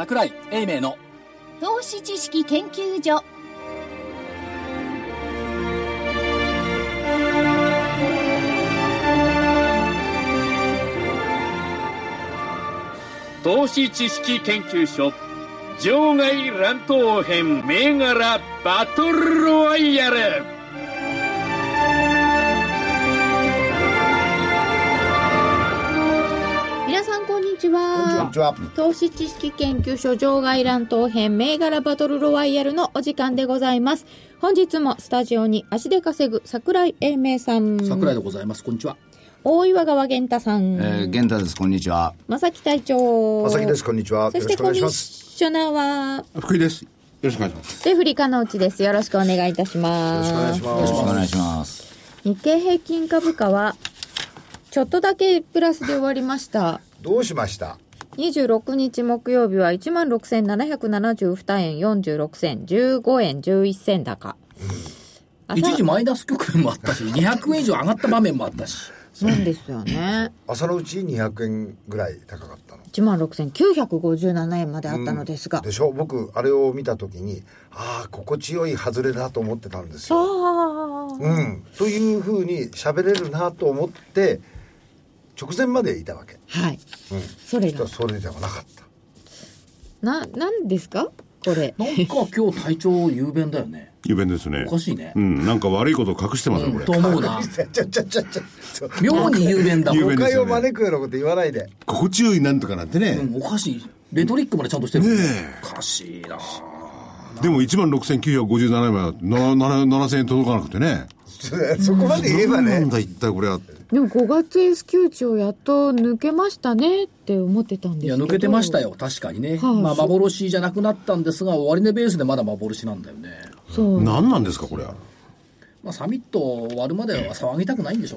櫻井英明の投資知識研究所。 投資知識研究所場外乱闘編銘柄バトルロワイヤル。 皆さんこんにちは。 こんにちは。 投資知識研究所場外乱闘編銘柄バトルロワイヤルのお時間でございます。本日もスタジオに足で稼ぐ櫻井英明さん、 櫻井でございます。こんにちは。 大岩川源太さん、 源太です。こんにちは。 正木隊長、 正木です。こんにちは。 そしてコミッショナーは福井です。よろしくお願いします。 レフリカのうちです。よろしくお願いいたします。 よろしくお願いします。 よろしくお願いします。 日経平均株価はちょっとだけプラスで終わりました。 どうしました？ 26日木曜日は 16,772 円46銭15円11銭高、 一時マイナス局面もあったし200円以上上がった場面もあったし。 そうですよね。 朝のうち200円ぐらい高かったの。 16,957 円まであったのですが、 でしょ。僕あれを見た時に心地よい外れだと思ってたんですよ。というふうに喋れるなと思って直前までいたわけ。 はい、それがそれではなかった。 なんですかこれ。 なんか今日体調雄弁だよね。 雄弁ですね。 おかしいね。 なんか悪いことを隠してますよ、これ。 と思うな。妙に雄弁だ。 誤解を招くようなこと言わないで。 心地よいなんとかなんてね。 おかしい。レトリックまでちゃんとしてる。おかしいな。 でも 16,957 円は7,000円届かなくてね。 そこまで言えばね。 なんだ一体これは。 でも5月 S q 値をやっと抜けましたねって思ってたんですけど。 いや抜けてましたよ、確かにね。幻じゃなくなったんですが、終値ベースでまだ幻なんだよね。 そう。 何なんですかこれは。 サミット終わるまでは騒ぎたくないんでしょう。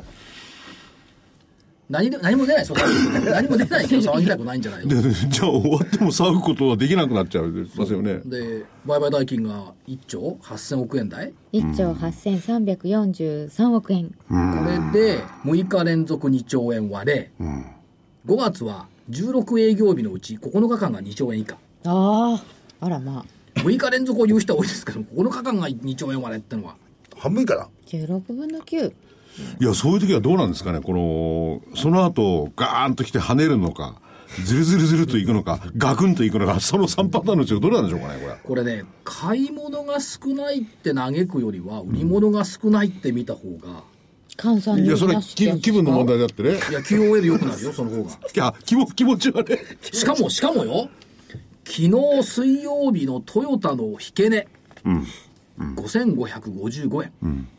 何も出ない。何も出ないけど騒ぎたくないんじゃないの。 じゃあ終わっても騒ぐことはできなくなっちゃいますよね。 で売買代金が1兆8000億円台、 1兆8343億円、 これで6日連続2兆円割れ、5月は16営業日のうち9日間が2兆円以下。 あらまあ 6日連続を言う人は多いですけど、9日間が2兆円割れってのは半分以下だ。 16分の9。 いや、そういう時はどうなんですかね。その後ガーンと来て跳ねるのか、ずるずるずるといくのか、ガクンといくのか、その3パターンのうちどれなんでしょうかね。 これね、買い物が少ないって嘆くよりは売り物が少ないって見た方が、 換算いや、それ気分の問題だってね。 いや QOL 良くなるよ、その方が。 いや、気持ちはね。 しかもよ、昨日水曜日のトヨタの引け値、5555円、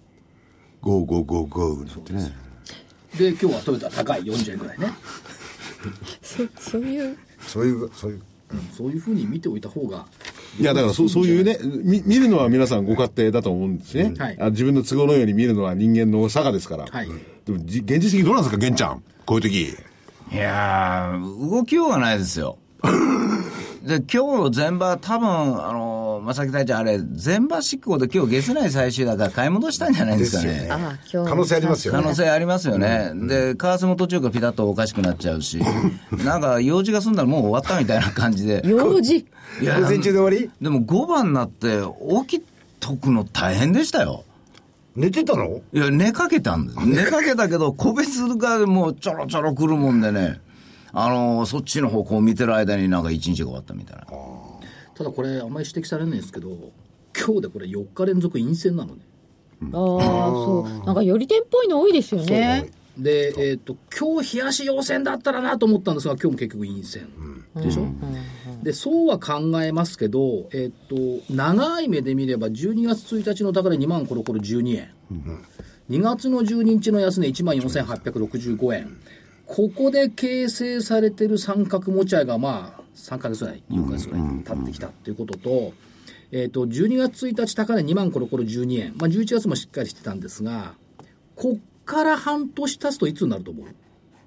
5555ってね。 で今日はトヨタ高い40円ぐらいね。 そういうふうに見ておいた方が。 いや、だからそういうね、見るのは皆さんご勝手だと思うんですね。自分の都合のように見るのは人間の差がですから。でも現実的にどうなんですか、玄ちゃん、こういう時。 いやー、動きようがないですよ。で今日前場多分正木隊長あれ前場執行で今日月内最終だから買い戻したんじゃないですかね。 可能性ありますよね。 可能性ありますよね。で為替も途中からピタッとおかしくなっちゃうしなんか用事が済んだらもう終わったみたいな感じで。 用事いや午前中で終わり。 でも5番になって起きとくの大変でしたよ。 寝てたの？ いや寝かけたんです。寝かけたけど個別がもうちょろちょろ来るもんでね、そっちの方向を見てる間になんか一日が終わったみたいな。 ただこれあんまり指摘されないんですけど、今日でこれ4日連続陰線なのね。 そうなんかより点っぽいの多いですよね。 で今日冷やし陽線だったらなと思ったんですが、今日も結局陰線でしょ。でそうは考えますけど、長い目で見れば12月1日の高値2万コロコロ12円、2月の12日の安値1万4865円、ここで形成されてる三角持ち合いが3ヶ月ぐらい4ヶ月ぐらい経ってきたということと、12月1日高値2万コロコロ12円、11月もしっかりしてたんですが、こっから半年経つといつになると思う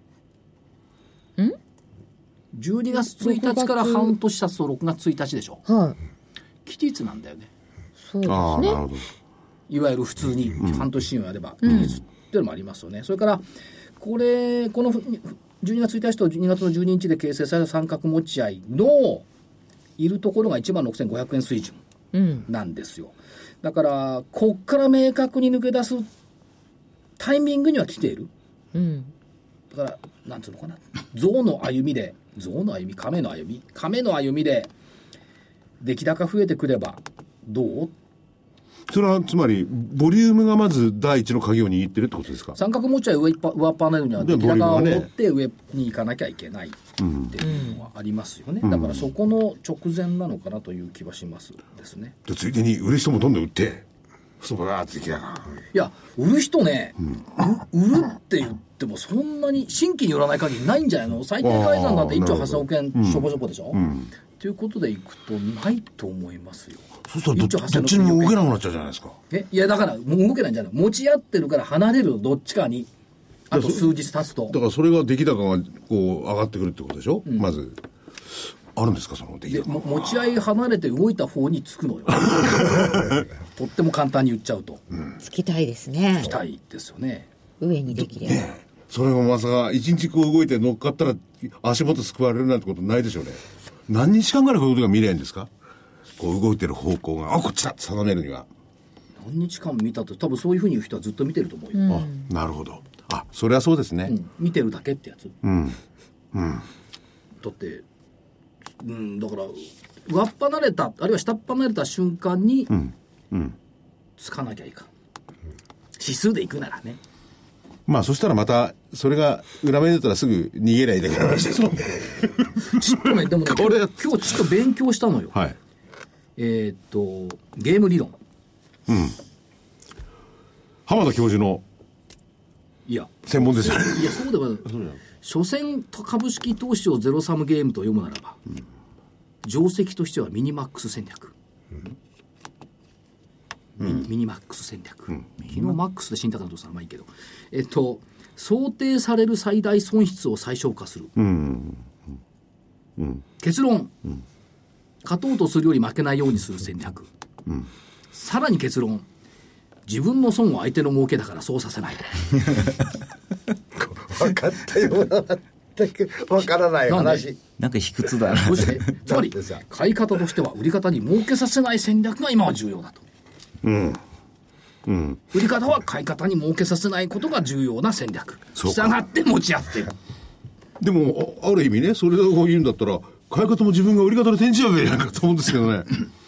？12月1日から半年経つと6月1日でしょ。期日なんだよね。 そうですね。なるほど。 いわゆる普通に半年信用やれば期日っていうのもありますよね。それからこの12月1日と12月の12日で形成された三角持ち合いのいるところが16,500円水準なんですよ、だからこっから明確に抜け出すタイミングには来ている、だからなんつうのかな、象の歩みで亀の歩みで出来高増えてくればどう？ それはつまりボリュームがまず第一の鍵を握ってるってことですか？ 三角持ちは上っぱねるには出来高を持って上に行かなきゃいけないっていうのはありますよね、だからそこの直前なのかなという気はしますですね。 でついでに売る人もどんどん売ってそこだって出来高、 いや売る人ね、売るって言ってもそんなに新規に売らない限りないんじゃないの？最低改ざんだって1兆8000億円しょぼしょぼでしょ、ということでいくとないと思いますよ。 そうするとどっちにも動けなくなっちゃうじゃないですか。 いやだからもう動けないんじゃない、持ち合ってるから離れるどっちかにあと数日経つと、 だからそれが出来高がこう上がってくるってことでしょ、まずあるんですかその出来高。 持ち合い離れて動いた方につくのよとっても簡単に言っちゃうと、 つきたいですね。 つきたいですよね、 上にできれば、 それがまさか一日こう動いて乗っかったら足元すくわれるなんてことないでしょうね。何日間ぐらいこういうことが見れるんですか？こう動いてる方向がこっちだって定めるには何日間見たと、多分そういうふうに言う人はずっと見てると思うよ、 あ、なるほど、あ、それはそうですね、 見てるだけってやつ、だって、だから上っ離れたあるいは下っ離れた瞬間に、つかなきゃいかん、指数でいくならね。 まあそしたらまたそれが裏目に出たらすぐ逃げないでくださいちょっとねでもね今日ちょっと勉強したのよ、 はい、 ゲーム理論、 浜田教授の専門ですよね。 いやそうでは所詮株式投資をゼロサムゲームと読むならば、定石としてはミニマックス戦略、ミニマックス戦略、昨日マックスで死んだかとさまあいいけど、想定される最大損失を最小化する、結論、勝とうとするより負けないようにする戦略、さらに結論、自分の損は相手の儲けだからそうさせない分かったような全く分からない話なんか卑屈だなそしてつまり買い方としては売り方に儲けさせない戦略が今は重要だと、売り方は買い方に儲けさせないことが重要な戦略、従って持ち合ってる。 でも ある意味ね、それを言うんだったら買い方も自分が売り方で転じちゃうべきなんかと思うんですけどね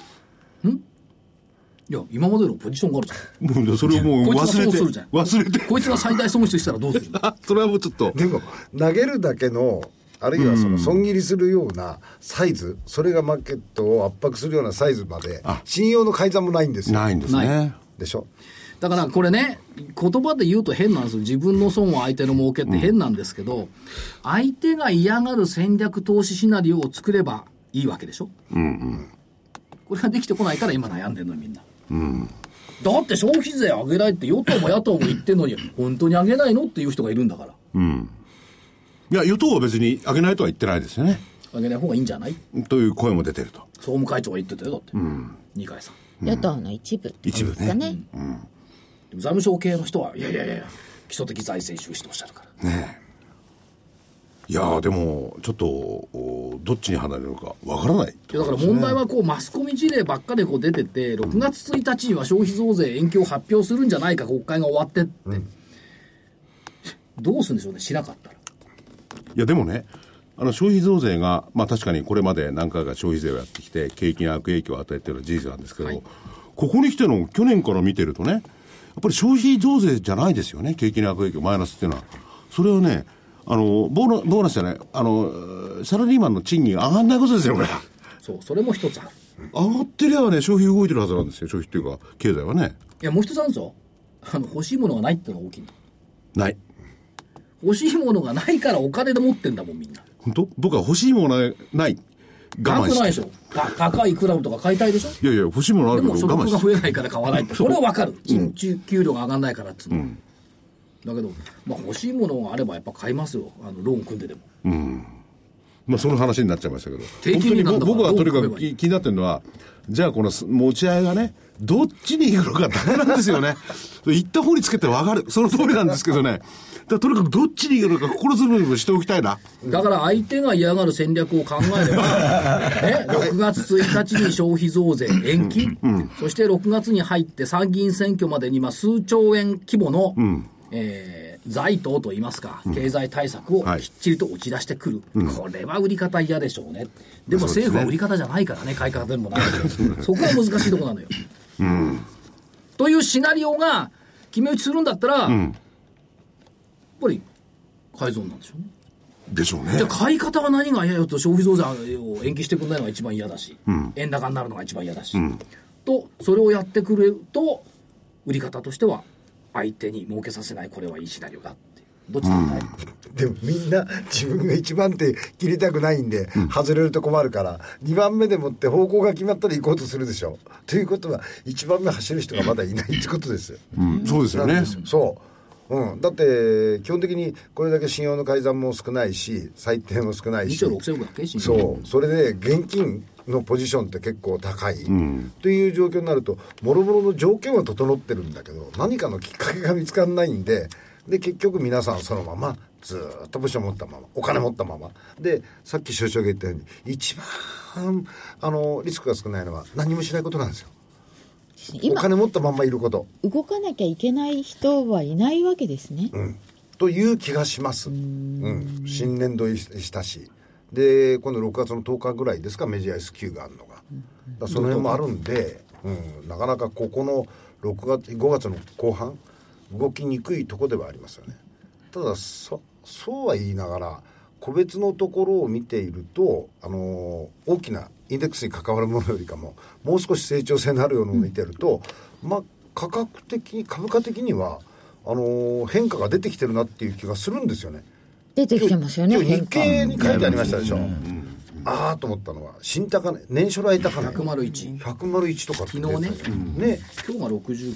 いや今までのポジションがあるじゃん。 もうそれをもう忘れてこいつが最大損失したらどうするそれはもうちょっとでも投げるだけのあるいはその損切りするようなサイズ、それがマーケットを圧迫するようなサイズまで信用の改ざんもないんですよ。 ないんですね。 でしょ。 だからこれね、言葉で言うと変なんですよ。自分の損は相手の儲けって変なんですけど、相手が嫌がる戦略投資シナリオを作ればいいわけでしょ、これができてこないから今悩んでるのみんな、だって消費税上げないって与党も野党も言ってるのに本当に上げないのっていう人がいるんだから、 いや与党は別に上げないとは言ってないですよね。 上げない方がいいんじゃないという声も出てると総務会長が言ってたよ。だって、二階さん、 与党の一部ですかね。 財務省系の人はいや基礎的財政収支とおっしゃるからね。いやでもちょっとどっちに離れるのかわからない、 だから問題はこうマスコミ事例ばっかりこう出てて、6月1日には消費増税延期を発表するんじゃないか、国会が終わってって、どうするんでしょうね、しなかったら。 いやでもね、消費増税が、まあ、確かにこれまで何回か消費税をやってきて景気に悪影響を与えているのは事実なんですけど、ここに来ての去年から見てるとね、やっぱり消費増税じゃないですよね、景気に悪影響マイナスっていうのは。それはね、ボーナスじゃない、サラリーマンの賃金が上がんないことですよ、これ。 そう、それも一つある。 上がってりゃね、消費動いてるはずなんですよ、消費っていうか経済はね。 いやもう一つあるんですよ、欲しいものがないっていうのが大きい。 ない、 欲しいものがないからお金で持ってんだもんみんな。 本当？僕は欲しいものがない我慢して。 ないでしょ。高いクラブとか買いたいでしょ。 いや欲しいものあるけどでも所得が増えないから買わないって、それは分かる。給料が上がんないからっつうの、だけど、まあ、欲しいものがあればやっぱ買いますよ、ローン組んででも。 まあその話になっちゃいましたけど、 定期利なんだから僕はとにかく気になってるのはじゃあこの持ち合いがね、どっちに行くのかダメなんですよね。行った方につけて分かる。その通りなんですけどね。とにかくどっちに行くのか心づもりもしておきたいな。 だから相手が嫌がる戦略を考えれば、ね、6月1日に消費増税延期、そして6月に入って参議院選挙までに数兆円規模の、財投といいますか、経済対策をきっちりと打ち出してくる、これは売り方嫌でしょうね。でも政府は売り方じゃないからね、買い方でもないけどそこは難しいところなのよ、というシナリオが決め打ちするんだったら、やっぱり改造なんでしょうね。 でしょうね。 じゃあ買い方は何が嫌よと、消費増税を延期してくれないのが一番嫌だし、円高になるのが一番嫌だし、とそれをやってくれると売り方としては相手に儲けさせない、これはいいシナリオだって。どっちなんだい、 でもみんな自分が1番手切りたくないんで、外れると困るから2番目でもって方向が決まったら行こうとするでしょ。ということは1番目走る人がまだいないってことですよ、 そうですよね。 そう、だって基本的にこれだけ信用の改ざんも少ないし、最低も少ないし、 2兆6000億だっけ、 それで現金のポジションって結構高い、という状況になると、もろもろの条件は整ってるんだけど、何かのきっかけが見つからないんで、結局皆さんそのままずっとポジション持ったまま、お金持ったままで、さっき所長が言ったように一番リスクが少ないのは何もしないことなんですよ。お金持ったままいること、 動かなきゃいけない人はいないわけですね、 という気がします。新年度したし、で今度6月の10日ぐらいですか、メジャー S q があるのが、その辺もあるんで、なかなかここの5月の後半動きにくいところではありますよね。ただそうは言いながら、個別のところを見ていると、大きなインデックスに関わるものよりかももう少し成長性のあるようなのを見てると、価格的に株価的には変化が出てきてるなっていう気がするんですよね。 出てきてますよね。 今日日経に書いてありましたでしょ、あーと思ったのは新高値、年初来高値101とかって昨日ね、今日が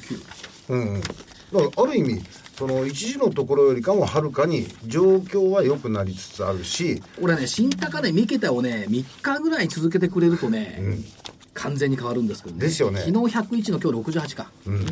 69、 だからある意味その一時のところよりかもはるかに状況は良くなりつつあるし、 俺ね、新高値3桁をね3日ぐらい続けてくれるとね、完全に変わるんですけどね。 ですよね。 昨日101の今日68か、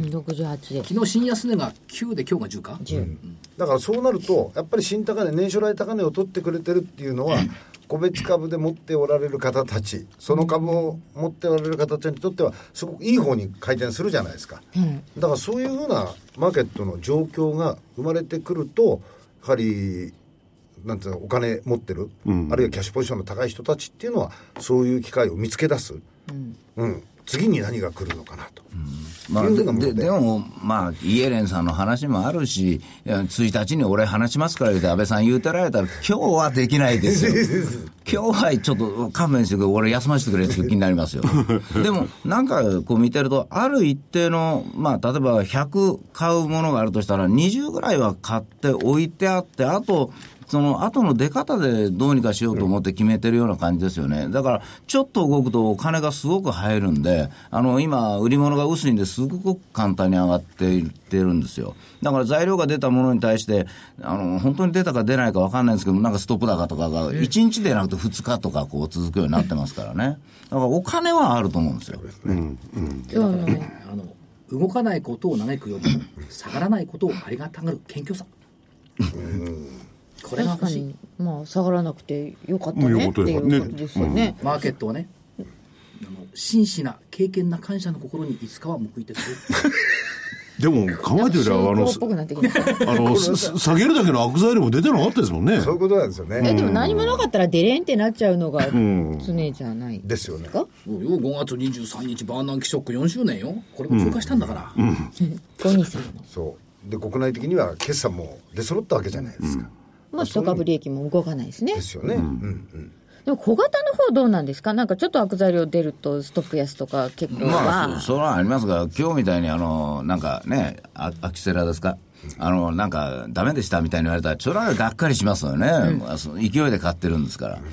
68で、 昨日新安値が9で今日が10か、 だからそうなるとやっぱり新高値、年初来高値を取ってくれてるっていうのは、個別株で持っておられる方たち、その株を持っておられる方たちにとってはすごくいい方に回転するじゃないですか、だからそういうふうなマーケットの状況が生まれてくると、やはりなんていうの、お金持ってる、あるいはキャッシュポジションの高い人たちっていうのはそういう機会を見つけ出す、次に何が来るのかなと、 でもイエレンさんの話もあるし、1日に俺話しますから言って安倍さん言うてられたら今日はできないですよ今日はちょっと勘弁してくれ、俺休ませてくれって気になりますよでもなんかこう見てると、ある一定の例えば100買うものがあるとしたら20ぐらいは買って置いてあって、あとその後の出方でどうにかしようと思って決めてるような感じですよね。だからちょっと動くとお金がすごく入るんで、今売り物が薄いんですごく簡単に上がっていってるんですよ。だから材料が出たものに対して本当に出たか出ないか分かんないんですけど、なんかストップ高とかが1日でなくて2日とかこう続くようになってますからね。だからお金はあると思うんですよ。 動かないことを嘆くよりも下がらないことをありがたがる謙虚さ、これが欲しい。 下がらなくてよかったねっていうことですよね。 マーケットはね、真摯な敬虔な感謝の心にいつかは報いてくれるでも考えてみれば下げるだけの悪材料も出てなかったですもんね。 そういうことなんですよね。 でも何もなかったらデレンってなっちゃうのが常じゃないですよね。 5月23日バーナンキショック4周年よ。これも通過したんだから、 そうで、国内的には決算も出揃ったわけじゃないですか、 一株利益も動かないですね。 ですよね。 でも小型の方どうなんですか。なんかちょっと悪材料出るとストップ安とか結構それはありますが、今日みたいになんかね、アキセラですか、なんかダメでしたみたいに言われたら、それはがっかりしますよね、勢いで買ってるんですから。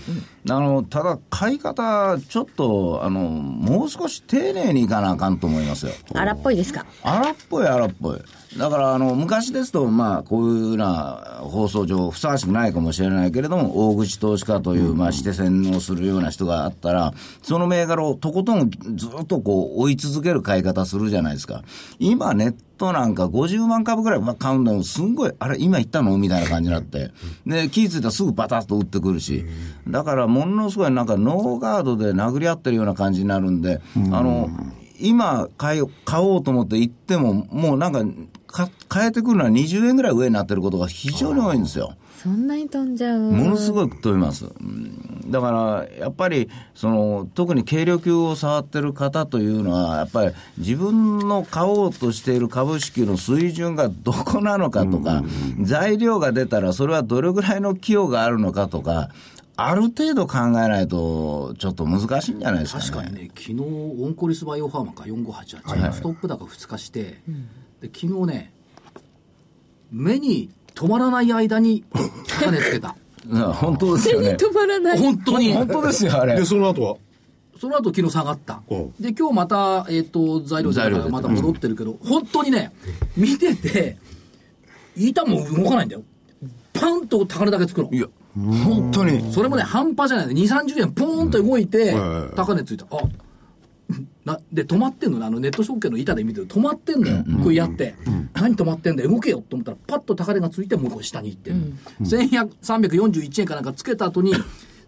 ただ買い方ちょっともう少し丁寧にいかなあかんと思いますよ。 荒っぽいですか？ 荒っぽい。だから昔ですとこういうような放送上ふさわしくないかもしれないけれども、大口投資家という指定洗脳するような人があったら、その銘柄をとことんずっと追い続ける買い方するじゃないですか。今ネットなんか50万株ぐらい買うんだもん、すんごいあれ今言ったのみたいな感じになって、で気ぃついたらすぐバタッと売ってくるし、だからものすごいノーガードで殴り合ってるような感じになるんで、今買おうと思って行ってももう変えてくるのは20円ぐらい上になってることが非常に多いんですよ。 そんなに飛んじゃう。 ものすごい飛びます。だからやっぱり特に軽量級を触ってる方というのはやっぱり自分の買おうとしている株式の水準がどこなのかとか、材料が出たらそれはどれぐらいの寄与があるのかとか、ある程度考えないとちょっと難しいんじゃないですかね。 確かにね、昨日オンコリスバイオファーマか4588、ストップ高2日して、で昨日ね目に止まらない間に高値つけた本当ですよね。 目に止まらない。 本当に本当ですよあれ。 でその後昨日下がった。で今日また材料がまた戻ってるけど、本当にね見てて板も動かないんだよ。パンと高値だけつくの。 いや本当にそれもね半端じゃない。2、30円ポーンと動いて高値ついた。で止まってんのね、ネット証券の板で見てる止まってんだよ、こうやって、何止まってんだよ動けよと思ったらパッと高値がついてもうこう下に行ってる、1341円かなんかつけた後に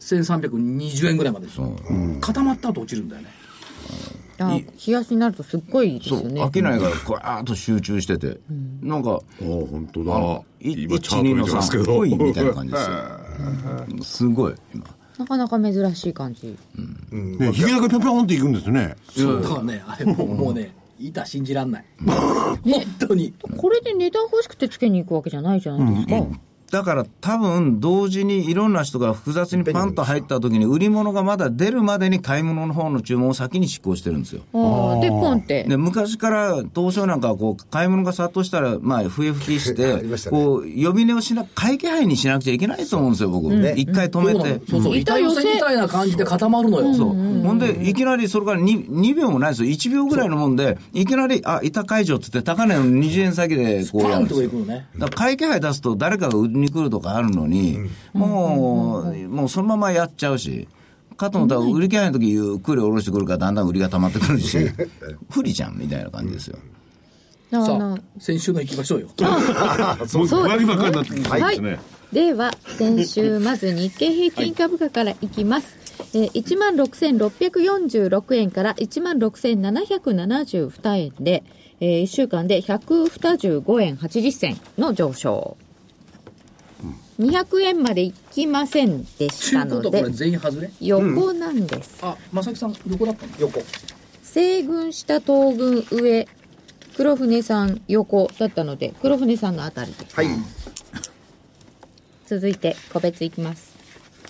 1320円ぐらいまで固まった後落ちるんだよね。 冷やしになるとすっごいですよね。 飽きないからこうーっと集中してて、 本当だ、 今チャート見てますけど1、2の3みたいな感じですよすごい今なかなか珍しい感じ。 ね、ひげだけぴょんぴょんっていくんですね。 そうだからね、あれもうね板信じらんない本当に。 これで値段欲しくてつけに行くわけじゃないじゃないですか。 だから多分同時にいろんな人が複雑にパンと入った時に売り物がまだ出るまでに買い物の方の注文を先に執行してるんですよ。 でポンってで昔から東証なんかは買い物が殺到したら笛吹きして呼び値を買い気配にしなくちゃいけないと思うんですよ僕、一回止めて。 そう板寄せみたいな感じで固まるのよ。 ほんでいきなりそれから 2秒もないですよ。1秒ぐらいのもんでいきなり板解除っつって高値の20円先でこうやるんですよ。だから買い気配出すと誰かが売りに来るとかあるのに、もうそのままやっちゃうし、かと思ったら売り気配の時ゆっくり下ろしてくるからだんだん売りが溜まってくるし不利じゃんみたいな感じですよ。 さあ先週の行きましょうよ。 そうですね。ばっかりになってきてですね。 では先週まず日経平均株価からいきます。16,646 円から 16,772 円で、1週間で125円80銭の上昇。200円までいきませんでしたので、 これ全員外れ横なんです。 正木さん横だったの？横。 西軍下東軍上、黒船さん横だったので黒船さんのあたりです。続いて個別いきます。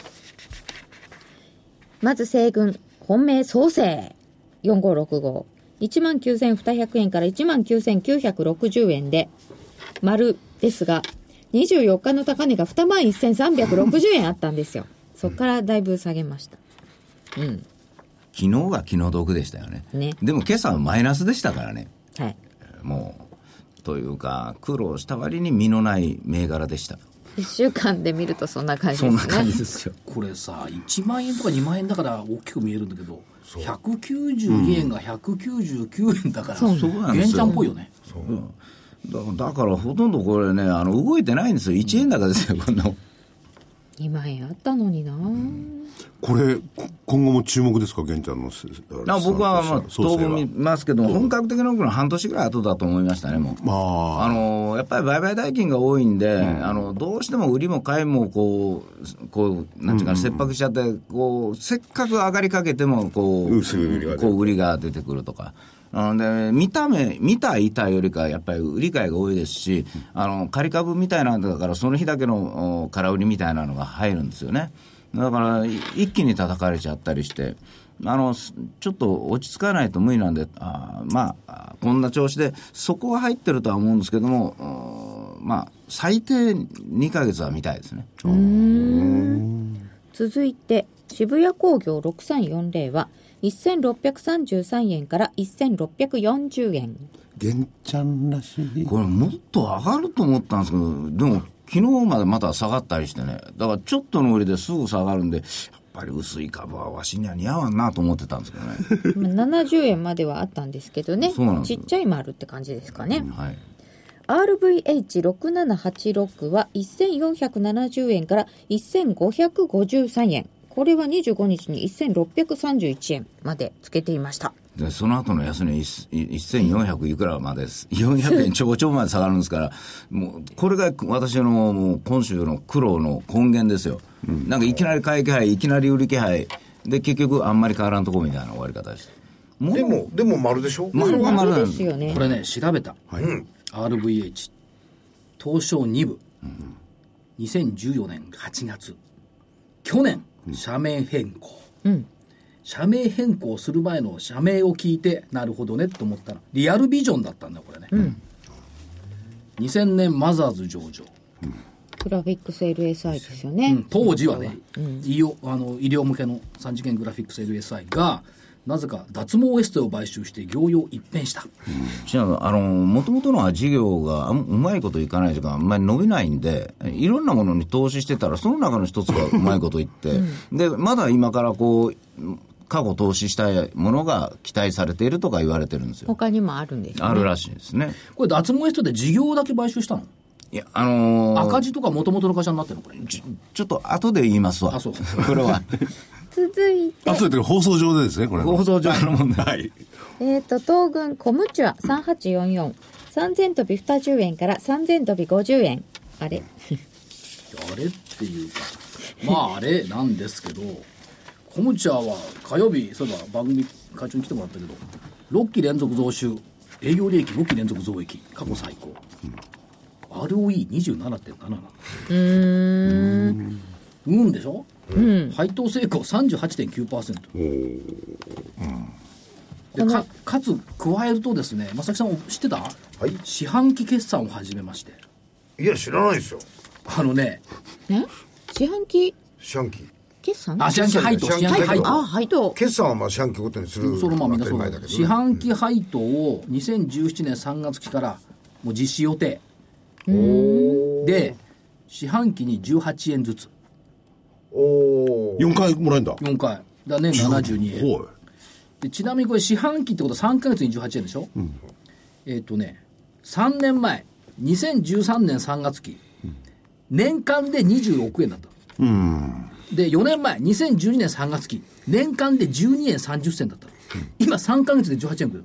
まず西軍本命創生4565 19,200 円から 19,960 円で丸ですが24日の高値が 21,360 円あったんですよ。そこからだいぶ下げました。 昨日が気の毒でしたよね。でも今朝はマイナスでしたからね。もうというか苦労した割に身のない銘柄でした。 1週間で見るとそんな感じですね。 そんな感じですよ。 これさ1万円とか2万円だから大きく見えるんだけど192円が199円だからそうなんですよ。 現ちゃんっぽいよね。 だからほとんどこれね動いてないんですよ。1円高ですよこんな。 2万円あったのにな、 これ今後も注目ですか玄ちゃんの。 僕は当分見ますけど本格的な動くのは半年ぐらい後だと思いましたね。もうやっぱり売買代金が多いんで、どうしても売りも買いもこうなんていうか切迫しちゃってせっかく上がりかけても売りが出てくるとか。で見た板よりかやっぱり売り買いが多いですし、仮株みたいなんだからその日だけの空売りみたいなのが入るんですよね。だから一気に叩かれちゃったりしてちょっと落ち着かないと無理なんでこんな調子でそこは入ってるとは思うんですけども最低2ヶ月は見たいですね。 続いて渋谷工業6340は1633円から1640円。 玄ちゃんらしい。 これもっと上がると思ったんですけど、でも昨日までまた下がったりしてね、だからちょっとの売りですぐ下がるんで、やっぱり薄い株はわしには似合わんなと思ってたんですけどね。 70円まではあったんですけどね。 そうなんですちっちゃい丸って感じですかね。 はい。 RVH6786 は1470円から1553円。これは25日に1631円までつけていました。 でその後の安値1400いくらまでです。400円ちょこちょこまで下がるんですから、もうこれが私のもう今週の苦労の根源ですよ。なんかいきなり買い気配、いきなり売り気配で結局あんまり変わらんとこみたいな終わり方です。 でも丸でしょ。 丸が丸なんですよね。 これね、調べた。RVH。東証2部。2014年8月。去年、社名変更。社名変更する前の社名を聞いて、なるほどねと思ったら、リアルビジョンだったんだ、これね。2000年マザーズ上場。 グラフィックス LSI ですよね。 当時はね、医療向けの3次元グラフィックス LSI が、なぜか脱毛エステを買収して業用一変した。 もともとの事業がうまいこといかないとかあんまり伸びないんで、いろんなものに投資してたらその中の一つがうまいこといって、でまだ今からこう過去投資したいものが期待されているとか言われてるんですよ。 他にもあるんですね。 あるらしいですね。 これ脱毛エステで事業だけ買収したの？ いや赤字とか元々の会社になってるのこれ。 ちょっと後で言いますわ。 あ、そう。 これは続いて。 後で放送上でですね、これ。 放送上の問題。はい。 東軍コムチュア3844。3000飛び20円から3000飛び50円。あれあれっていうか、まああれなんですけど、コムチャーは火曜日、そういえば番組会長に来てもらったけど、6期連続増収、営業利益5期連続増益、過去最高。ROE27.7 なの。うんでしょ、配当成功 38.9%。でかつ加えるとですね、正木さん知ってた？はい。四半期決算を始めまして。 いや、知らないですよ。 四半期決算？ 四半期配当。 配当。 決算はまあ四半期ごとにするそのままみんなそう当たり前だけどね。 四半期配当を2017年3月期からもう実施予定で、四半期に18円ずつ。 4回もらえるんだ。 4回だね、72円で。ちなみにこれ四半期ってことは3ヶ月に18円でしょ、3年前2013年3月期、年間で26円だった。で4年前2012年3月期、年間で12円30銭だった。今3ヶ月で18円く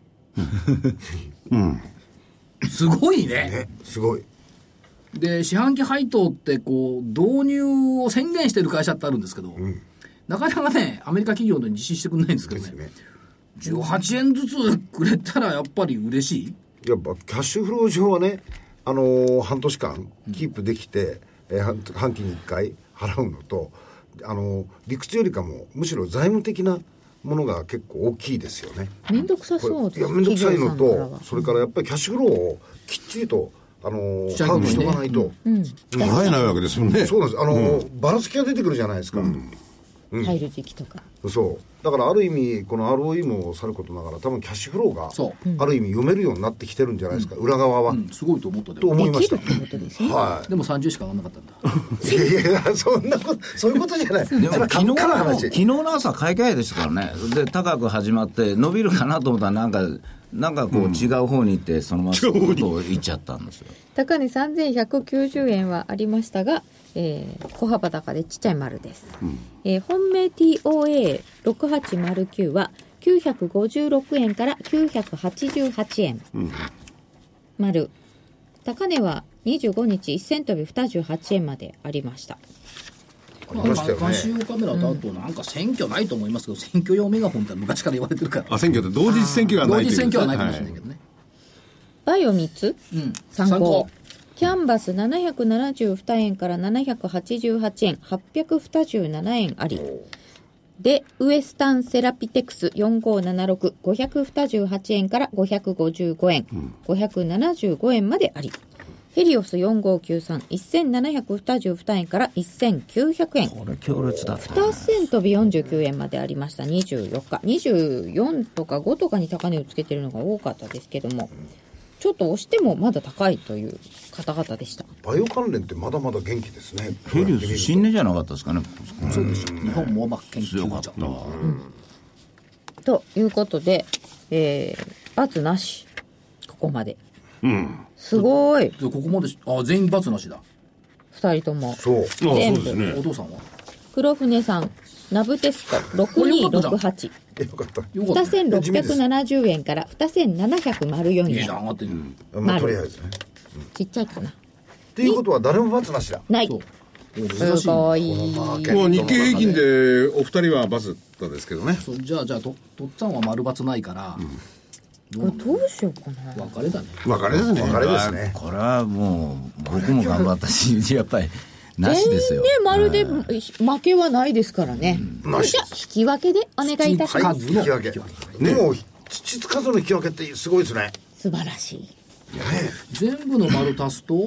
る。すごいね。 すごい。 で四半期配当ってこう導入を宣言してる会社ってあるんですけど、なかなかねアメリカ企業で実施してくれないんですけどね。18円ずつくれたらやっぱり嬉しい。 やっぱキャッシュフロー上はね、半年間キープできて、半期に1回払うのと、理屈よりかもむしろ財務的なものが結構大きいですよね。 めんどくさそうです。 いや、めんどくさいのと、それからやっぱりキャッシュフローをきっちりと把握しとかないと、 払えないわけですもんね。 そうなんです。ばらつきが出てくるじゃないですか。 入る時期とか。 そうだからある意味この ROE もさることながら多分キャッシュフローがある意味読めるようになってきてるんじゃないですか、裏側は、 すごいと思ったと思いました。 できるってことですね。 はいでも30しか上がんなかったんだ。 いやそんなことそういうことじゃない。 でも昨日の朝買い替えでしたからね。で高く始まって伸びるかなと思ったらなんかこう違う方に行ってそのままそういうことを言っちゃったんですよ。 高値3190円はありましたが、小幅高でちっちゃい丸です。本命 TOA6809 は956円から988円。丸。高値は25日1銭飛び28円までありました。 カシオカメラとあとなんか選挙ないと思いますけど、選挙用メガホンって昔から言われてるから。 選挙って同日選挙がない同日選挙はないかもしれないけどね。 バイオ3つ、参考。キャンバス772円から788円、827円あり。で、ウエスタンセラピテクス4576、528円から555円、575円まであり。 ヘリオス4593、1722円から1900円。 これ強烈だったね。 2銭飛び49円までありました。24日。24とか5とかに高値をつけてるのが多かったですけども、ちょっと押してもまだ高いという方々でした。 バイオ関連ってまだまだ元気ですね。 ヘリオス新値じゃなかったですかね。 そうでしょ。日本網膜研強究所かったわ。 ということで、×なし。ここまで。すごい。 でここまで全員×なしだ。 2人とも。 そう。 全部。 そうですね。 お父さんは黒船さん、ナブテスト6268。 よかった。 よかったね。 2670円から2704円。 いいじゃん上がってる。 まあとりあえずね。 ちっちゃいかな。 っていうことは誰も×なしだ。 ない。 そうすごい。 まあ日経平均でお二人はバズったですけどね。 そうじゃあとっつぁんは丸×ないから、 これどうしようかな。 別れだね。 別れですね。 あれですね。 これはもう僕も頑張ったし、やっぱりなしですよ。 全員ね、まるで負けはないですからね。 なしじゃあ、引き分けでお願いいたします。 引き分け。でも土つかずの引き分けってすごいですね。 素晴らしい。 全部の丸足すと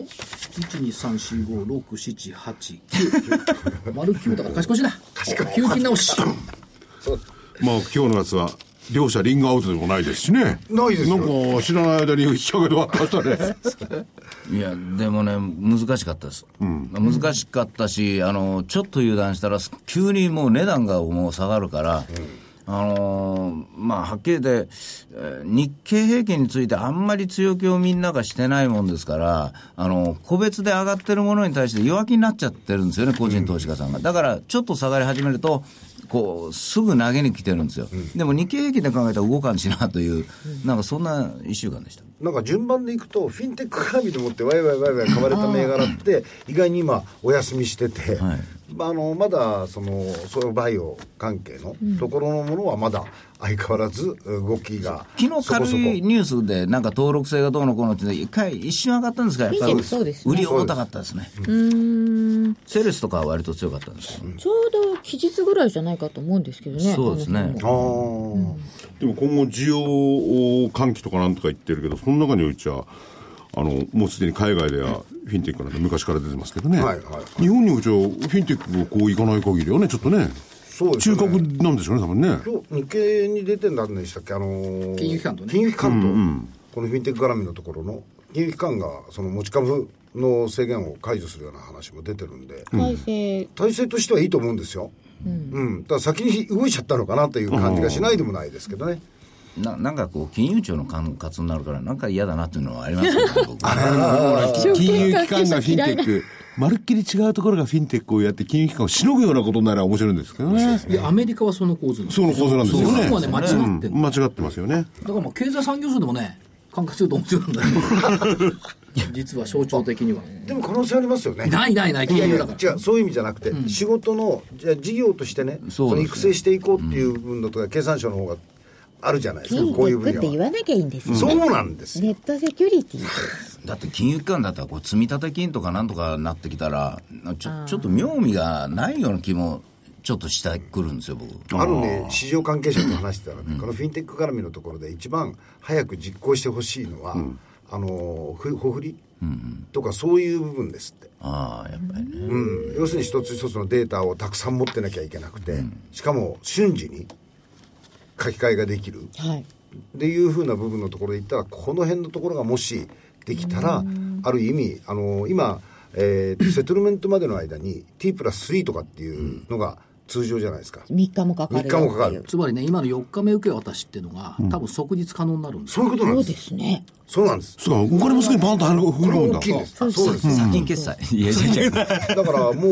123456789丸9だから賢しだ。9金直し。 まあ今日のやつは両者リングアウトでもないですしね。 ないですよ。 なんか知らない間に引き上げで終わったね。 いやでもね難しかったです、難しかったし、ちょっと油断したら急にもう値段がもう下がるから、まあはっきり言って、日経平均についてあんまり強気をみんながしてないもんですから、個別で上がってるものに対して弱気になっちゃってるんですよね、個人投資家さんが。だからちょっと下がり始めるとこうすぐ投げに来てるんですよ、でも日経平均で考えたら動かんしなという、なんかそんな1週間でした。 なんか順番でいくとフィンテック絡みでもってワイワイ買われた銘柄って意外に今お休みしてて、 はい、 まだそのバイオ関係のところのものはまだ相変わらず動きが昨日軽いニュースでなんか登録性がどうのこうのって一瞬上がったんですが、やっぱり売り重たかったですね。セレスとかは割と強かったんですよ。 ちょうど期日ぐらいじゃないかと思うんですけどね。 そうですね。 でも今後需要喚起とかなんとか言ってるけど、その中においてはもうすでに海外ではフィンテックなんて昔から出てますけどね、日本においてはフィンテックがこういかない限りはね、ちょっとね、 そうですね、 中核なんでしょうね、多分ね。 今日日経に出てんだんでしたっけ、 金融機関とね、 金融機関と、このフィンテック絡みのところの金融機関がその持ち株の制限を解除するような話も出てるんで、体制としてはいいと思うんですよ、だから先に動いちゃったのかなという感じがしないでもないですけどね。 なんかこう金融庁の管轄になるからなんか嫌だなっていうのはありますよね金融機関がフィンテックまるっきり違うところがフィンテックをやって金融機関をしのぐようなことになれば面白いんですけどね。 いやアメリカはその構図なんです。 その構図なんですよね。 そこはね間違ってる、 間違ってますよね。 だからまあ経済産業省でもね管轄すると面白いんだけど実は象徴的にはでも可能性ありますよね。 ない金融だから違う、そういう意味じゃなくて、仕事のじゃあ事業としてね、その育成していこうっていう分のとか、経産省の方があるじゃないですか、こういう分野は。 って言わなきゃいいんですよ、 そうなんですよ。 ネットセキュリティだって金融機関だったらこう積立金とかなんとかなってきたらちょっと妙味がないような気もちょっとしてくるんですよ、僕。 あるね、市場関係者と話してたらね、このフィンテック絡みのところで一番早く実行してほしいのは、ほふり、とかそういう部分ですって。 ああやっぱりね、 要するに一つ一つのデータをたくさん持ってなきゃいけなくて、しかも瞬時に書き換えができる、っていうふうな部分のところで言ったら、この辺のところがもしできたら、ある意味今、セトルメントまでの間に T プラス3とかっていうのが通常じゃないですか。 3日もかかる。 3日もかかる。 つまりね、今の4日目受け渡しっていうのが、多分即日可能になるんです。 そういうことなんです。 そうですね。 そうなんです。 そうか、お金もすぐにパンと入るこれ大きいんです。そうです。 先金決済だからもう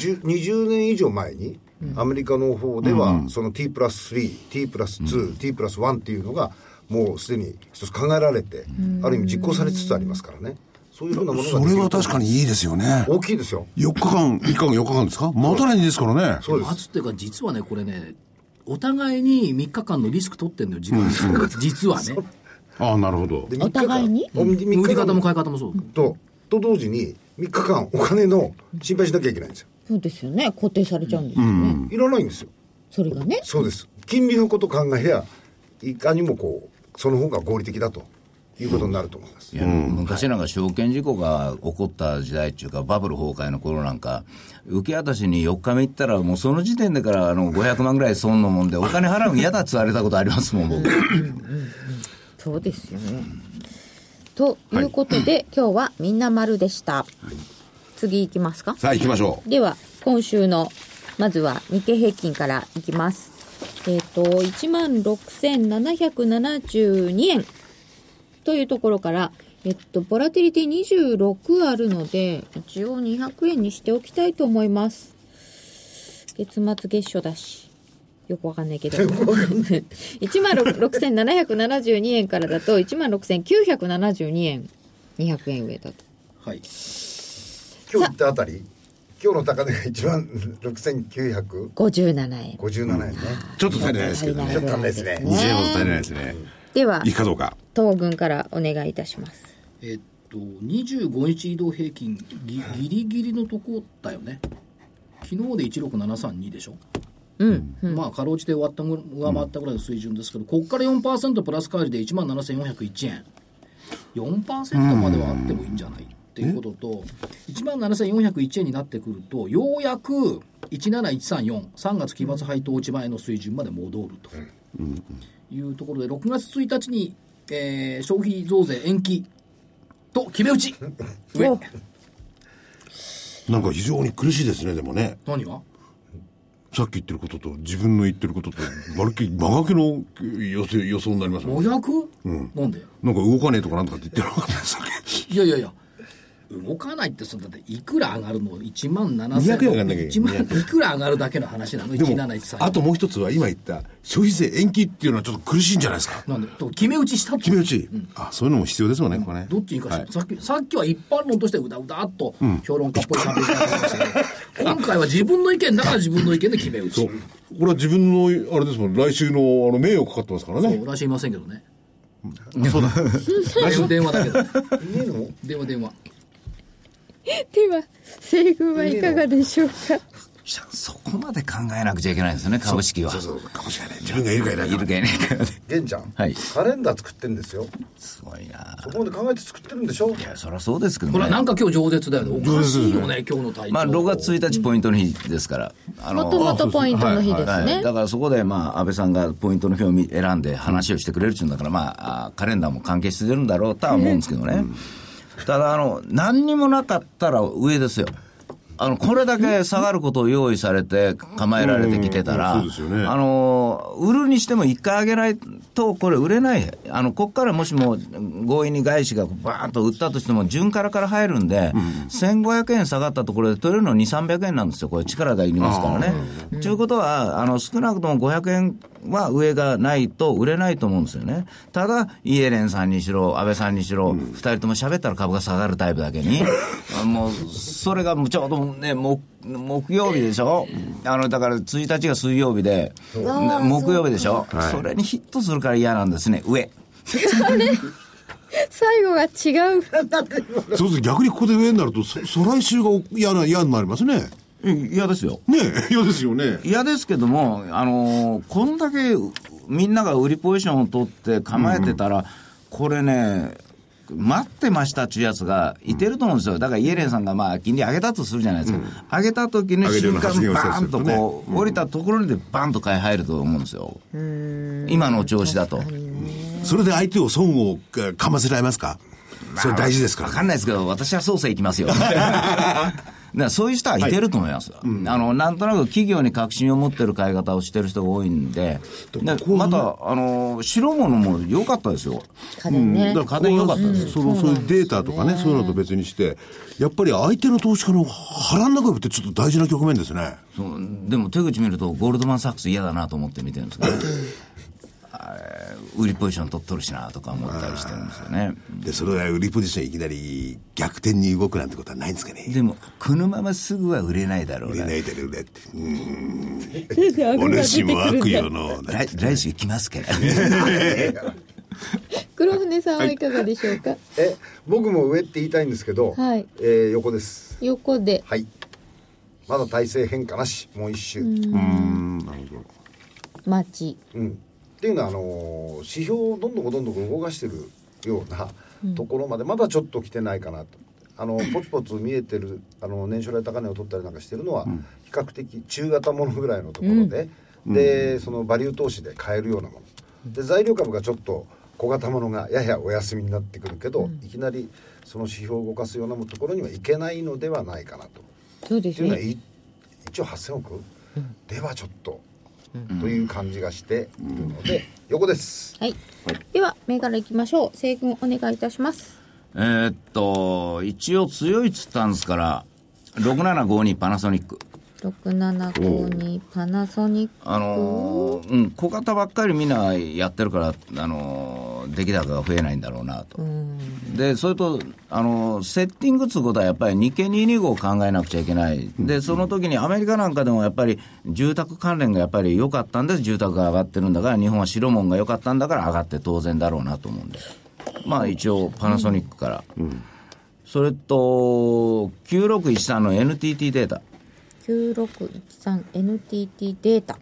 20年以上前にアメリカの方ではその T プラス3、T プラス2、T プラス1っていうのがもうすでに一つ考えられて、ある意味実行されつつありますからね。そういうふうなものがそれは確かにいいですよね。 大きいですよ。 4日間3日間4日間ですか、また来年ですからね。 そうです。 待つっていうか、実はねこれね、お互いに3日間のリスク取ってるのよ、時間実はね。 ああ、なるほど。 お互いに売り方も買い方もそうと同時に3日間お金の心配しなきゃいけないんですよ。 そうですよね。固定されちゃうんですよね。 いらないんですよ。 それがね。 そうです。金利のこと考えりゃいかにもこうその方が合理的だということになると思います。 いや、昔なんか証券事故が起こった時代っていうか、バブル崩壊の頃なんか、受け渡しに4日目行ったら、もうその時点でから500万ぐらい損のもんで、お金払うの嫌だって言われたことありますもん、僕。 そうですよね。ということで、今日はみんな丸でした。次行きますか。 さあ行きましょう。 では、今週の、まずは日経平均からいきます。16,772 円というところから、ボラティリティ26あるので、一応200円にしておきたいと思います。月末月初だし。よくわかんないけど。16,772 円からだと、16,972 円。200円上だと。 はい。今日言ったあたり、今日の高値が16,957 円。57円ね。 ちょっと足りないですけどね。 ちょっと足りないですね。 20円も足りないですね。 では、 いいかどうか。 東軍からお願いいたします。 25日移動平均ギリギリのとこだよね。昨日で16732でしょ。まあかろうじて上回ったぐらいの水準ですけど、ここから 4% プラス返りで 17,401 円 4% まではあってもいいんじゃないっていうことと、 17,401 円になってくると、ようやく17134 3月期末配当落ち前の水準まで戻るというところで、6月1日に、消費増税延期と決め打ち上。 なんか非常に苦しいですね。でもね、 何がさっき言ってることと自分の言ってることとまるっきり真逆の予想になりますもん。 真逆、なんでなんか動かねえとかなんとかって言ってるわけですわけ。 いや動かないって、そんだっていくら上がるの、1万7,000 200円上がんなきゃいけない 1万いくら上がるだけの話なの。 でも 1713 あともう一つは今言った消費税延期っていうのはちょっと苦しいんじゃないですか。 なんで決め打ちしたって決め打ち、そういうのも必要ですもんね、ここね。 どっちにいいかしら、さっきは一般論としてうだうだっと評論家っぽい感じで話しましたけど、今回は自分の意見だから自分の意見で決め打ち。 そう、これは自分のあれですもん、来週の名誉かかってますからね。 そうらしいませんけどね。 そうだ電話だけど電話では、西軍はいかがでしょうか。 そこまで考えなくちゃいけないんですよね、株式は。 そうかもしれない。自分がいるかいないか。 いるかいないかで。 玄ちゃん、 はいカレンダー作ってるんですよ。 すごいな。 そこまで考えて作ってるんでしょ。 いや、そりゃそうですけどね。 これはなんか今日饒舌だよね。おかしいよね、今日の体調。 まあ、6月1日ポイントの日ですから。 もともとポイントの日ですね。 だからそこで、まあ、安倍さんがポイントの日を選んで話をしてくれるっていうんだから、まあ、カレンダーも関係してるんだろうとは思うんですけどね。ただ、何にもなかったら上ですよ。これだけ下がることを用意されて構えられてきてたら、売るにしても一回上げないとこれ売れない。ここからもしも強引に外資がバーンと売ったとしても順から入るんで、1500円下がったところで取れるの2、300円なんですよ。これ力がいりますからね。ということは、少なくとも500円は上がないと売れないと思うんですよね。ただ、イエレンさんにしろ、安倍さんにしろ、2人とも喋ったら株が下がるタイプだけに、もう、それがちょうどね、木曜日でしょ。だから1日が水曜日で、木曜日でしょ。それにヒットするから嫌なんですね、上。 最後が違う。 そうすると逆にここで上になると、再来週が嫌になりますね。 嫌ですよ。 ねえ、嫌ですよね。 嫌ですけども、こんだけみんなが売りポジションを取って構えてたら、これね、待ってましたっていうやつがいてると思うんですよ。だからイエレンさんがまあ金利上げたとするじゃないですか。上げた時に瞬間バーンとこう、降りたところでバーンと買い入ると思うんですよ。今の調子だと。 それで相手を損をかませられますか。それ大事ですから。 わかんないですけど、私は捜査行きますよ。だからそういう人はいてると思います、なんとなく企業に確信を持ってる買い方をしてる人が多いんで、また白物も良かったですよ。 家電ね、 家電良かったです。 そういうデータとかね、そういうのと別にして、やっぱり相手の投資家の腹の中ってちょっと大事な局面ですね。 そうでも手口見るとゴールドマンサックス嫌だなと思って見てるんですけど、売りポジション取っとるしなとか思ったりしてるんですよね。 でそれは売りポジションいきなり逆転に動くなんてことはないんですかね。 でもこのまますぐは売れないだろうな。 売れないだろうなって。お主も悪よの。 来週来ますから黒船さんはいかがでしょうか。 僕も上って言いたいんですけど、横です。 横で、 はい、まだ体制変化なし、もう一周。なるほ待ち。 っていうのは指標をどんどん動かしてるようなところまでまだちょっと来てないかなと。ポツポツ見えてる年初来高値を取ったりなんかしてるのは比較的中型ものぐらいのところで、でそのバリュー投資で買えるようなもので、材料株がちょっと小型ものがややお休みになってくるけど、いきなりその指標を動かすようなところにはいけないのではないかなと。 そうですね。 っていうのは一応8000億ではちょっと、という感じがしているので、横です。 はい。では銘柄いきましょう。西軍お願いいたします。 一応強いっつったんですから、6752パナソニック。 6752パナソニック。 小型ばっかりみんなやってるから、出来高が増えないんだろうなと。で、それと、セッティングってことはやっぱり日経225を考えなくちゃいけない。で、その時にアメリカなんかでもやっぱり住宅関連がやっぱり良かったんで、住宅が上がってるんだから、日本は白物が良かったんだから上がって当然だろうなと思うんで。まあ一応パナソニックから。それと、9613の NTT データ。 9613 NTT データ。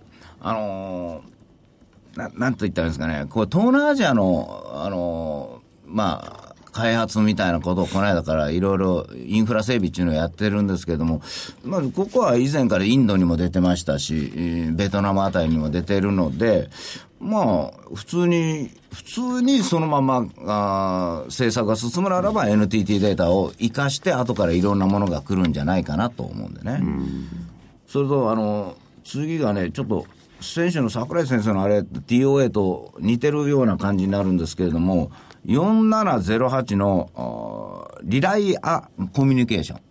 なんと言ったらいいんですかね、こう東南アジアの、開発みたいなことをこの間からいろいろインフラ整備っていうのをやってるんですけれども、ここは以前からインドにも出てましたし、ベトナムあたりにも出てるので、普通にそのまま政策が進むならば NTT データを活かして後からいろんなものが来るんじゃないかなと思うんでね。それと次がね、ちょっと先週の櫻井先生のあれ TOA と似てるような感じになるんですけれども、4708のリライアコミュニケーション。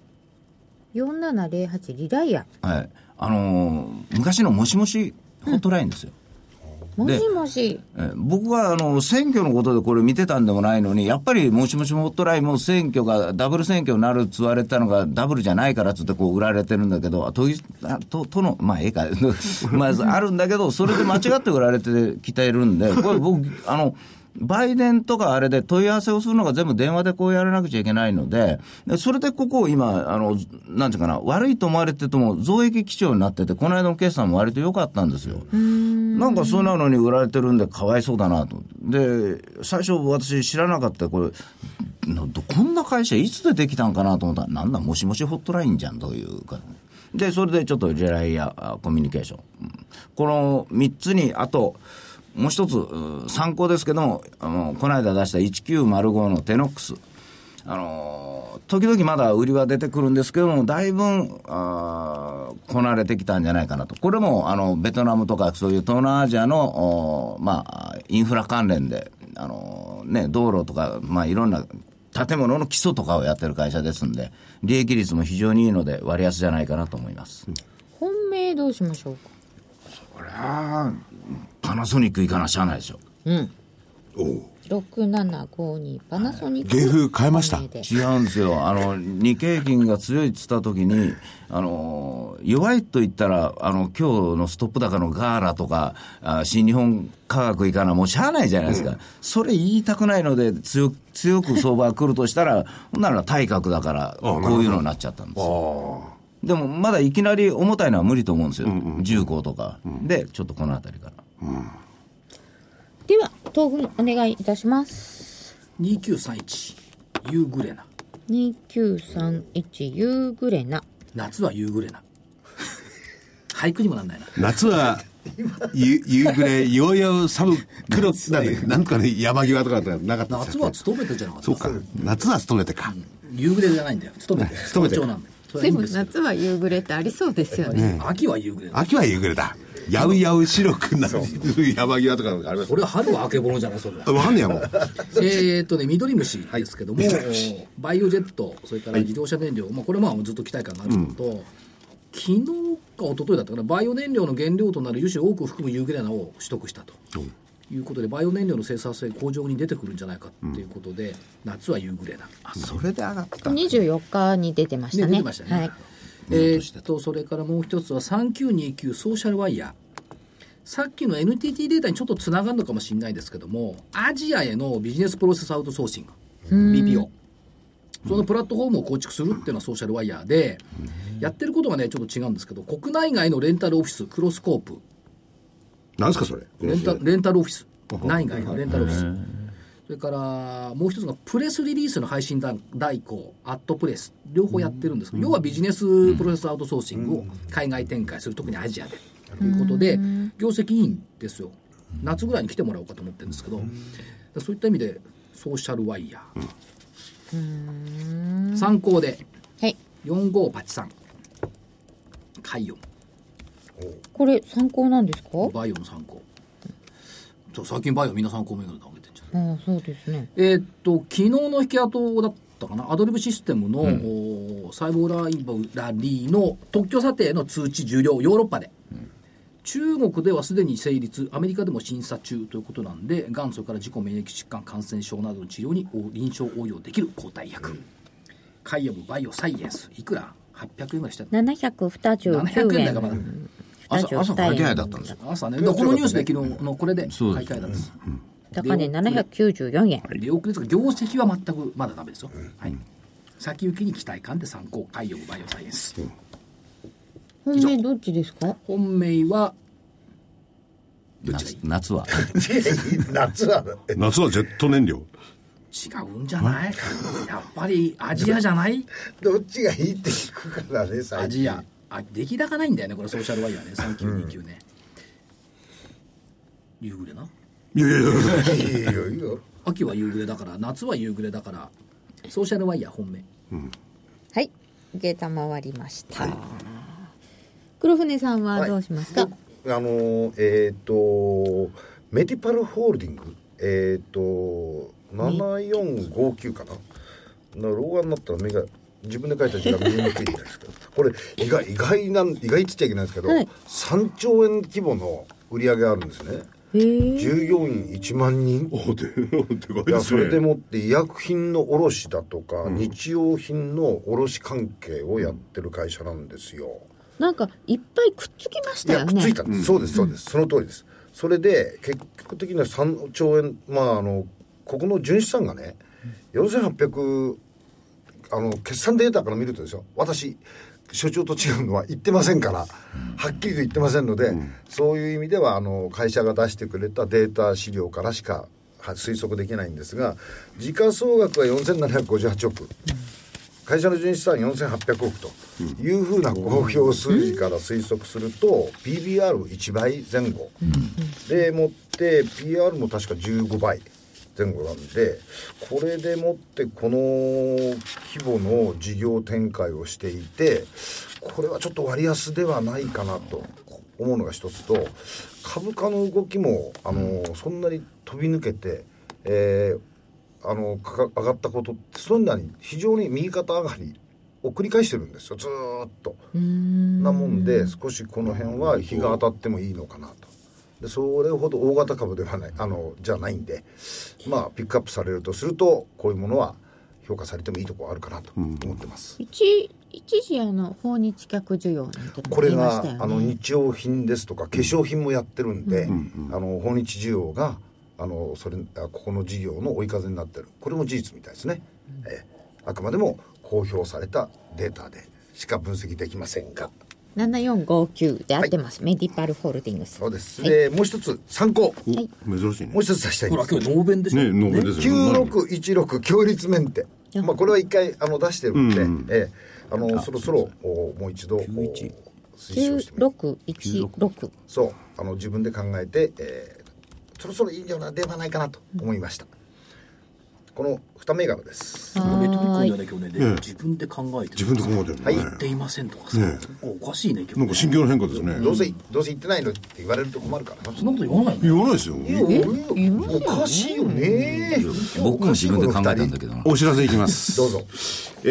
4708リライア。 はい。昔のもしもしホットラインですよ。 もしもし。 僕は選挙のことでこれ見てたんでもないのに、やっぱりもしもしホットラインも選挙がダブル選挙になるって言われたのがダブルじゃないからっつってこう売られてるんだけど、との、あるんだけど、それで間違って売られてきてるんで、これ僕、バイデンとかあれで問い合わせをするのが全部電話でこうやらなくちゃいけないので、それでここを今、なんていうかな、悪いと思われてても増益基調になってて、この間の決算も割と良かったんですよ。なんかそうなのに売られてるんでかわいそうだなと。で、最初私知らなかった、これ、こんな会社いつでできたんかなと思ったら、なんだ、もしもしホットラインじゃんというか。で、それでちょっとリライアコミュニケーション。この3つに、あと、もう一つ参考ですけども、この間出した1905のテノックス、時々まだ売りは出てくるんですけども、だいぶこなれてきたんじゃないかなと。これもベトナムとかそういう東南アジアのインフラ関連で道路とかいろんな建物の基礎とかをやってる会社ですんで、利益率も非常にいいので割安じゃないかなと思います。 本命どうしましょうか。 これはパナソニックいかなしゃあないでしょ。 6752パナソニック。 芸風変えました。 違うんですよ。日経平均が強いって言った時に弱いと言ったら今日のストップ高のガーラとか新日本科学いかなもうしゃあないじゃないですか。それ言いたくないので強く相場が来るとしたらほんなら対角だからこういうのになっちゃったんですよ。でもまだいきなり重たいのは無理と思うんですよ。重工とかでちょっとこのあたりから。 では東軍お願いいたします。 2931ユーグレナ。 2931ユーグレナ。 夏はユーグレナ。俳句にもなんないな。 夏は夕暮れようよう寒黒なんかね山際とかなかった。 夏は勤めてじゃなかった。 そうか、夏は勤めてか。 夕暮れじゃないんだよ。勤めて。 勤めて。 なんだよ。 でも夏は夕暮れってありそうですよね。 秋は夕暮れ。 秋は夕暮れだ。やうやう白くなる山際とかあります。 これは春はあけぼのじゃないそれは。 わかんねえやもう。 ミドリムシですけども、バイオジェット、それから自動車燃料、これはずっと期待感があるのと、昨日か一昨日だったかな、バイオ燃料の原料となる油脂を多く含むユーグレナを取得したと。いうことでバイオ燃料の生産性向上に出てくるんじゃないかということで、夏はユーグレナ。 それで上がった 24日に出てましたね。 出てましたね。はい。それからもう一つは3929ソーシャルワイヤー。さっきの NTT データにちょっとつながるのかもしれないですけども、アジアへのビジネスプロセスアウトソーシング BPO、そのプラットフォームを構築するっていうのはソーシャルワイヤーで、やってることがねちょっと違うんですけど、国内外のレンタルオフィスクロスコープ。 なんですかそれ。 レンタルオフィス、内外のレンタルオフィス、 それからもう一つがプレスリリースの配信代行、アットプレス、両方やってるんですけど、要はビジネスプロセスアウトソーシングを海外展開する、特にアジアでということで、業績いいんですよ。夏ぐらいに来てもらおうかと思ってるんですけど、そういった意味でソーシャルワイヤー、参考で、 はい、 4583カイオン、 これ参考なんですか？ バイオの参考。最近バイオみんな参考銘柄で上げてるんじゃない？ ああ、そうですね。 昨日の引き跡だったかな、アドリブシステムの、細胞ラリーの特許査定の通知受領、ヨーロッパで、中国ではすでに成立、アメリカでも審査中ということなんで、がん、それから自己免疫疾患、感染症などの治療に臨床応用できる抗体薬、カイオムバイオサイエンス、いくら800円ぐらいしてた 729円。 だからまだ朝買い替えだったんですよ。 朝ね、このニュースで昨日のこれで買い替えたんです。 高値794円。 出遅れですが、業績は全くまだダメですよ。はい。先行きに期待感で参考、カイオムバイオサイエンス。 本命どっちですか？ 本命は夏は夏はジェット燃料。 違うんじゃない？やっぱりアジアじゃない？ どっちがいいって聞くからね、最近。 アジア。出来高ないんだよね、これソーシャルワイヤーね、3929ね。夕暮れな。 いやいいよ。 秋は夕暮れだから、夏は夕暮れだから、ソーシャルワイヤー本命。 はい、ゲータ回りました。黒船さんはどうしますか？ メディパルホールディング、7459かな。老眼になったら目が自分で書いた字が見えにくいんですけど、これ意外っつっちゃいけないんですけど、はい、3兆円規模の売り上げがあるんですね。従業員1万人。いや、それでもって医薬品の卸だとか、日用品の卸関係をやってる会社なんですよ。 なんかいっぱいくっつきましたよね。 いや、くっついたんです。そうですそうです、その通りです。それで結局的には3兆円、ここの純資産がね、4800、決算データから見るとですよ、私所長と違うのは言ってませんから、はっきりと言ってませんので、そういう意味では会社が出してくれたデータ資料からしか推測できないんですが、時価総額は4758億、会社の純資産4800億というふうな公表数字から推測すると、PBR1 倍前後、でもって PR も確か15倍前後なんで、これでもってこの規模の事業展開をしていて、これはちょっと割安ではないかなと思うのが一つと、株価の動きもそんなに飛び抜けて、上がったことってそんなに非常に右肩上がりを繰り返してるんですよ、ずーっと。なもんで、少しこの辺は日が当たってもいいのかなと。でそれほど大型株ではないじゃないんで、ピックアップされるとすると、こういうものは評価されてもいいところあるかなと思ってます。 一時訪日客需要なんてこれが日用品ですとか化粧品もやってるんで、訪日需要がここの事業の追い風になってる、これも事実みたいですね。あくまでも公表されたデータでしか分析できませんが、 7459で合ってます、メディパルホールディングス。 そうです。で、もう一つ参考、 珍しいね。 もう一つ出したいんです。 ほら、今日ノーベンでしょ。 ね、ノーベンですよ。 9616強立メンテ、これは一回出してるんで、そろそろもう一度推奨してみる。 9616、 そう自分で考えて、そろそろいいんではないかなと思いました。この2銘柄です。 レトリックじゃないけどね、自分で考えてる。 自分で考えてるね。 言っていませんとかさ、おかしいね。 なんか心境の変化ですね。 どうせ言ってないのって言われると困るから。 そんなこと言わないの？ 言わないですよ。 おかしいよね。 僕も自分で考えたんだけどな。 お知らせいきます。 どうぞ。 今日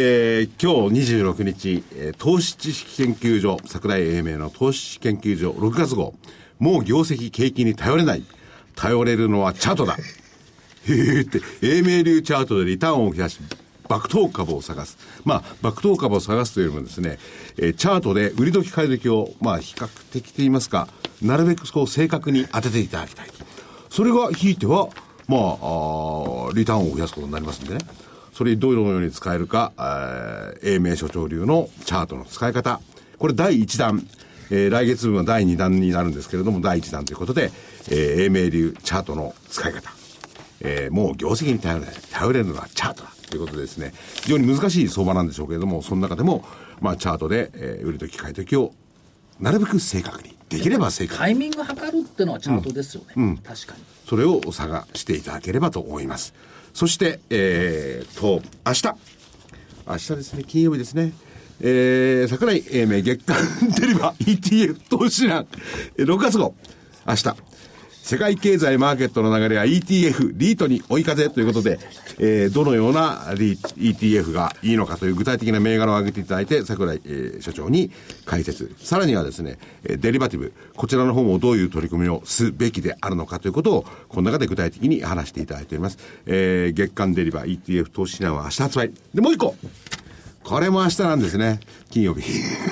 26日、投資知識研究所、櫻井英明の投資研究所6月号、もう業績景気に頼れない。頼れるのはチャートだ。って英明流チャートでリターンを増やし爆投株を探す。爆投株を探すというよりもですね、チャートで売り時買い時を比較的といいますか、なるべく正確に当てていただきたい。それがひいてはリターンを増やすことになりますんでね、それにどのように使えるか、英明所長流のチャートの使い方、これ第1弾、来月分は第2弾になるんですけれども、第1弾ということで、英明流チャートの使い方、 もう業績に頼れるのはチャートだということでですね、非常に難しい相場なんでしょうけれども、その中でも、チャートで、売り時買い時をなるべく正確に、できれば正確に。 タイミング測るってのはチャートですよね。確かに。 それを探していただければと思います。そして、明日ですね、金曜日ですね、櫻井英明月間デリバ ETF 投資欄、6月号、明日、世界経済マーケットの流れは ETF、リートに追い風ということで、どのような ETF がいいのかという具体的な銘柄を挙げていただいて、櫻井、所長に解説。さらにはですね、デリバティブ、こちらの方もどういう取り組みをすべきであるのかということを、この中で具体的に話していただいております。月間デリバ ETF 投資欄は明日発売。で、もう一個。これも明日なんですね。金曜日。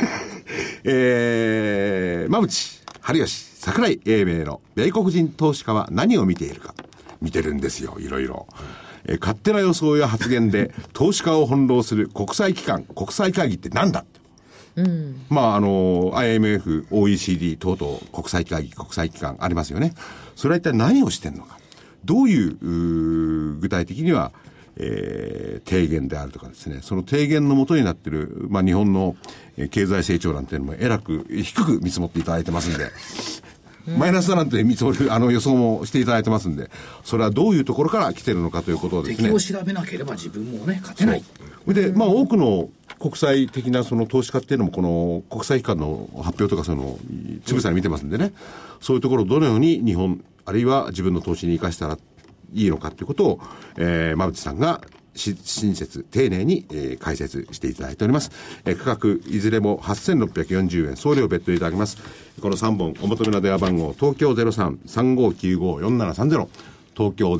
馬淵、春吉、櫻井英明の米国人投資家は何を見ているか。見てるんですよ、いろいろ。勝手な予想や発言で投資家を翻弄する国際機関、国際会議ってなんだ、IMF、OECD 等々国際会議、国際機関ありますよね。それは一体何をしてんのか。どういう具体的には提言であるとかですね、その提言のもとになっている、日本の経済成長なんていうのもえらく低く見積もっていただいてますんで、マイナスだなんて見積もる予想もしていただいてますんで、それはどういうところから来てるのかということをですね。 敵を調べなければ自分もね、勝てない。 で、多くの国際的なその投資家っていうのもこの国際機関の発表とかそのつぶさに見てますんでね、そういうところをどのように日本あるいは自分の投資に生かしたらいいのかということを、馬淵さんが親切丁寧に、解説していただいております。価格いずれも8640円、送料別途いただきます。この3本お求めの電話番号、東京 03-3595-4730、東京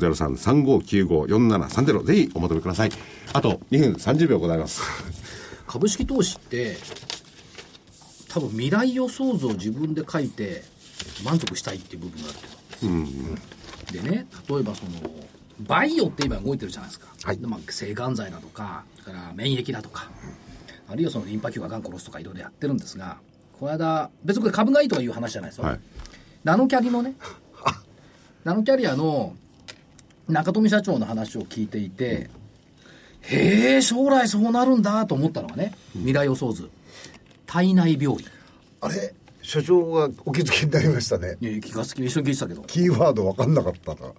03-3595-4730、ぜひお求めください。あと2分30秒ございます。 株式投資って多分未来予想図を自分で書いて満足したいっていう部分があると思うんですよ。でね、例えばそのバイオって今動いてるじゃないですか、はい。制がん剤だとか、それから免疫だとか、あるいはそのリンパ球ががん殺すとかいろいろやってるんですが、この間別にこれ株がいいとかいう話じゃないですよ、ナノキャリのねナノキャリアの中富社長の話を聞いていて、へえ将来そうなるんだと思ったのはね、未来予想図、体内病院。 あれ所長がお気づきになりましたね。 気がつき一緒に聞いてたけど、 キーワード分かんなかったから、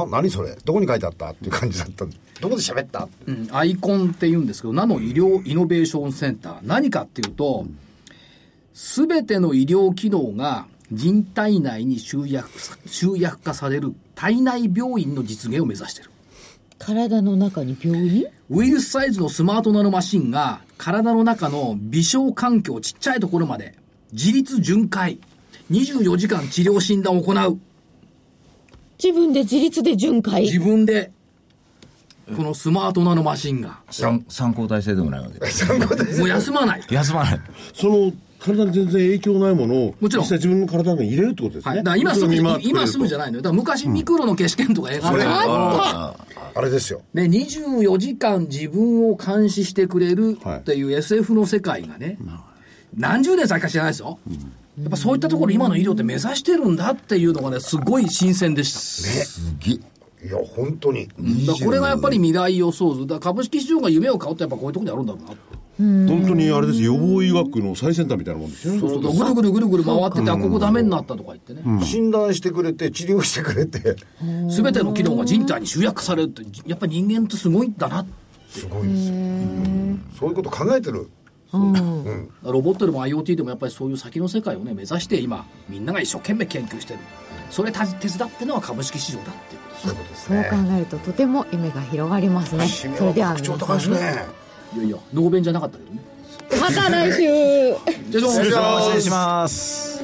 何それどこに書いてあったっていう感じだったんで、どこで喋った、 アイコンって言うんですけど、ナノ医療イノベーションセンター、何かっていうと、全ての医療機能が人体内に集約化される体内病院の実現を目指している。 体の中に病院？ ウイルスサイズのスマートナノマシンが体の中の微小環境、ちっちゃいところまで自律巡回、24時間治療診断を行う。 自分で自律で巡回、 自分でこのスマートナノマシンが参考体制でもないわけですもう休まないその体に全然影響ないものをもちろん実際自分の体に入れるってことですね、 だから今すぐじゃないのよ。だから昔ミクロの消し券とかあれですよ、 ね、24時間自分を監視してくれるっていう SF の世界がね、何十年先か知らないですよ、やっぱそういったところ今の医療って目指してるんだっていうのがね、すごい新鮮でしたね。いや本当にこれがやっぱり未来予想図だ。株式市場が夢を買うってやっぱこういうところにあるんだろうなって。 本当にあれです、予防医学の最先端みたいなもんですよね。 そうぐるぐる回ってて、ここダメになったとか言ってね、 診断してくれて治療してくれて、 全ての機能が人体に集約されるって、やっぱり人間ってすごいんだなって。 すごいですよ、そういうこと考えてる。 ロボットでも IoT でもやっぱりそういう先の世界をね目指して今みんなが一生懸命研究してる。それ手伝ってのは株式市場だっていうこと。 そういうことですね。 そう考えるととても夢が広がりますね。それでは特徴高いですね。 いやノーベンじゃなかったけどね。 また来週失礼します。 失礼します。